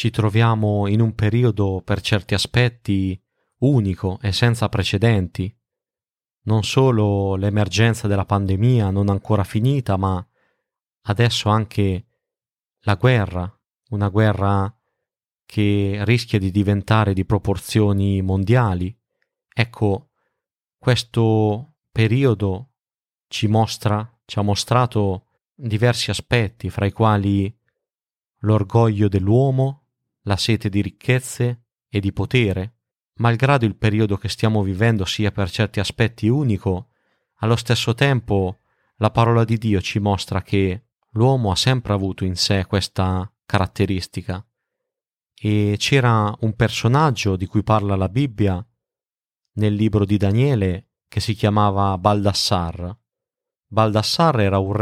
ci troviamo in un periodo per certi aspetti unico e senza precedenti. Non solo l'emergenza della pandemia non ancora finita, ma adesso anche la guerra, una guerra che rischia di diventare di proporzioni mondiali. Ecco, questo periodo ci ha mostrato diversi aspetti, fra i quali l'orgoglio dell'uomo, la sete di ricchezze e di potere. Malgrado il periodo che stiamo vivendo sia per certi aspetti unico, allo stesso tempo la parola di Dio ci mostra che l'uomo ha sempre avuto in sé questa caratteristica. E c'era un personaggio di cui parla la Bibbia nel libro di Daniele che si chiamava Baldassar. Baldassar era un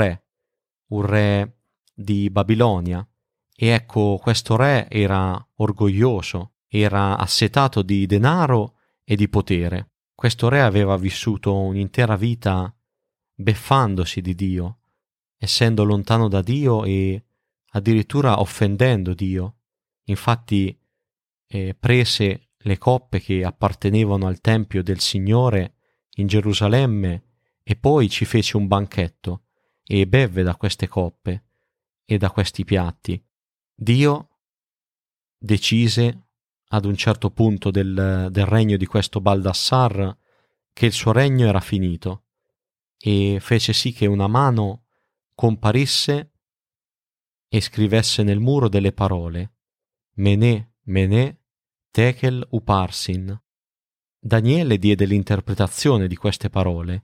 re di Babilonia, e ecco, questo re era orgoglioso, era assetato di denaro e di potere. Questo re aveva vissuto un'intera vita beffandosi di Dio, essendo lontano da Dio e addirittura offendendo Dio. Infatti prese le coppe che appartenevano al Tempio del Signore in Gerusalemme e poi ci fece un banchetto e bevve da queste coppe e da questi piatti. Dio decise ad un certo punto del regno di questo Baldassar che il suo regno era finito e fece sì che una mano comparisse e scrivesse nel muro delle parole: Menè, Menè, Tekel Uparsin. Daniele diede l'interpretazione di queste parole.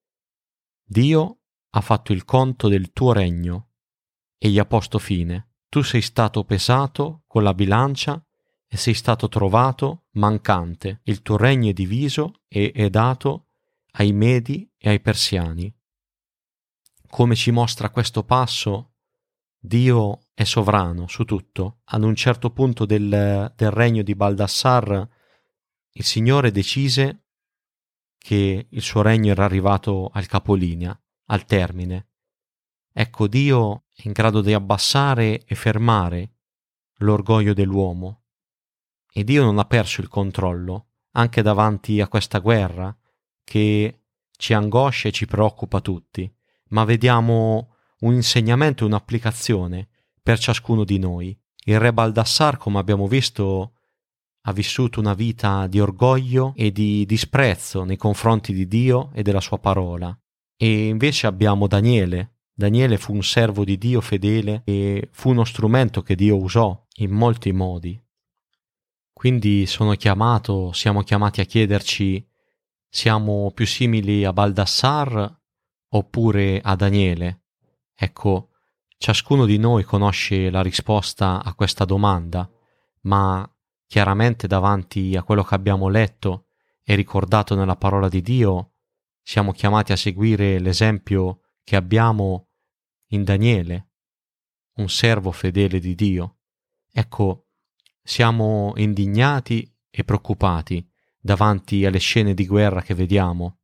Dio ha fatto il conto del tuo regno e gli ha posto fine. Tu sei stato pesato con la bilancia e sei stato trovato mancante. Il tuo regno è diviso e è dato ai Medi e ai Persiani. Come ci mostra questo passo, Dio è sovrano su tutto. Ad un certo punto del regno di Baldassar, il Signore decise che il suo regno era arrivato al capolinea, al termine. Ecco, Dio è in grado di abbassare e fermare l'orgoglio dell'uomo. E Dio non ha perso il controllo, anche davanti a questa guerra che ci angoscia e ci preoccupa tutti, ma vediamo un insegnamento e un'applicazione per ciascuno di noi. Il re Baldassar, come abbiamo visto, ha vissuto una vita di orgoglio e di disprezzo nei confronti di Dio e della sua parola. E invece abbiamo Daniele. Daniele fu un servo di Dio fedele e fu uno strumento che Dio usò in molti modi. Quindi siamo chiamati a chiederci: siamo più simili a Baldassar oppure a Daniele? Ecco, ciascuno di noi conosce la risposta a questa domanda, ma chiaramente davanti a quello che abbiamo letto e ricordato nella parola di Dio, siamo chiamati a seguire l'esempio che abbiamo in Daniele, un servo fedele di Dio. Ecco, siamo indignati e preoccupati davanti alle scene di guerra che vediamo.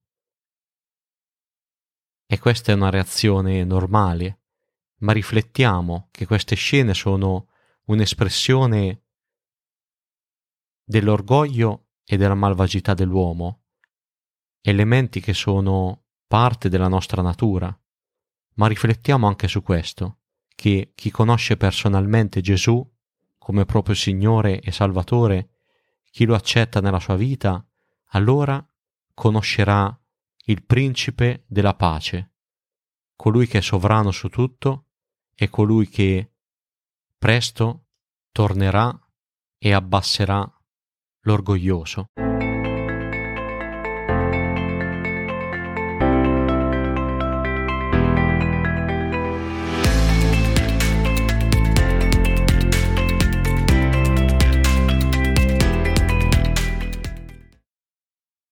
E questa è una reazione normale, ma riflettiamo che queste scene sono un'espressione dell'orgoglio e della malvagità dell'uomo, elementi che sono parte della nostra natura. Ma riflettiamo anche su questo, che chi conosce personalmente Gesù come proprio Signore e Salvatore, chi lo accetta nella sua vita, allora conoscerà il Principe della pace, colui che è sovrano su tutto e colui che presto tornerà e abbasserà l'orgoglioso.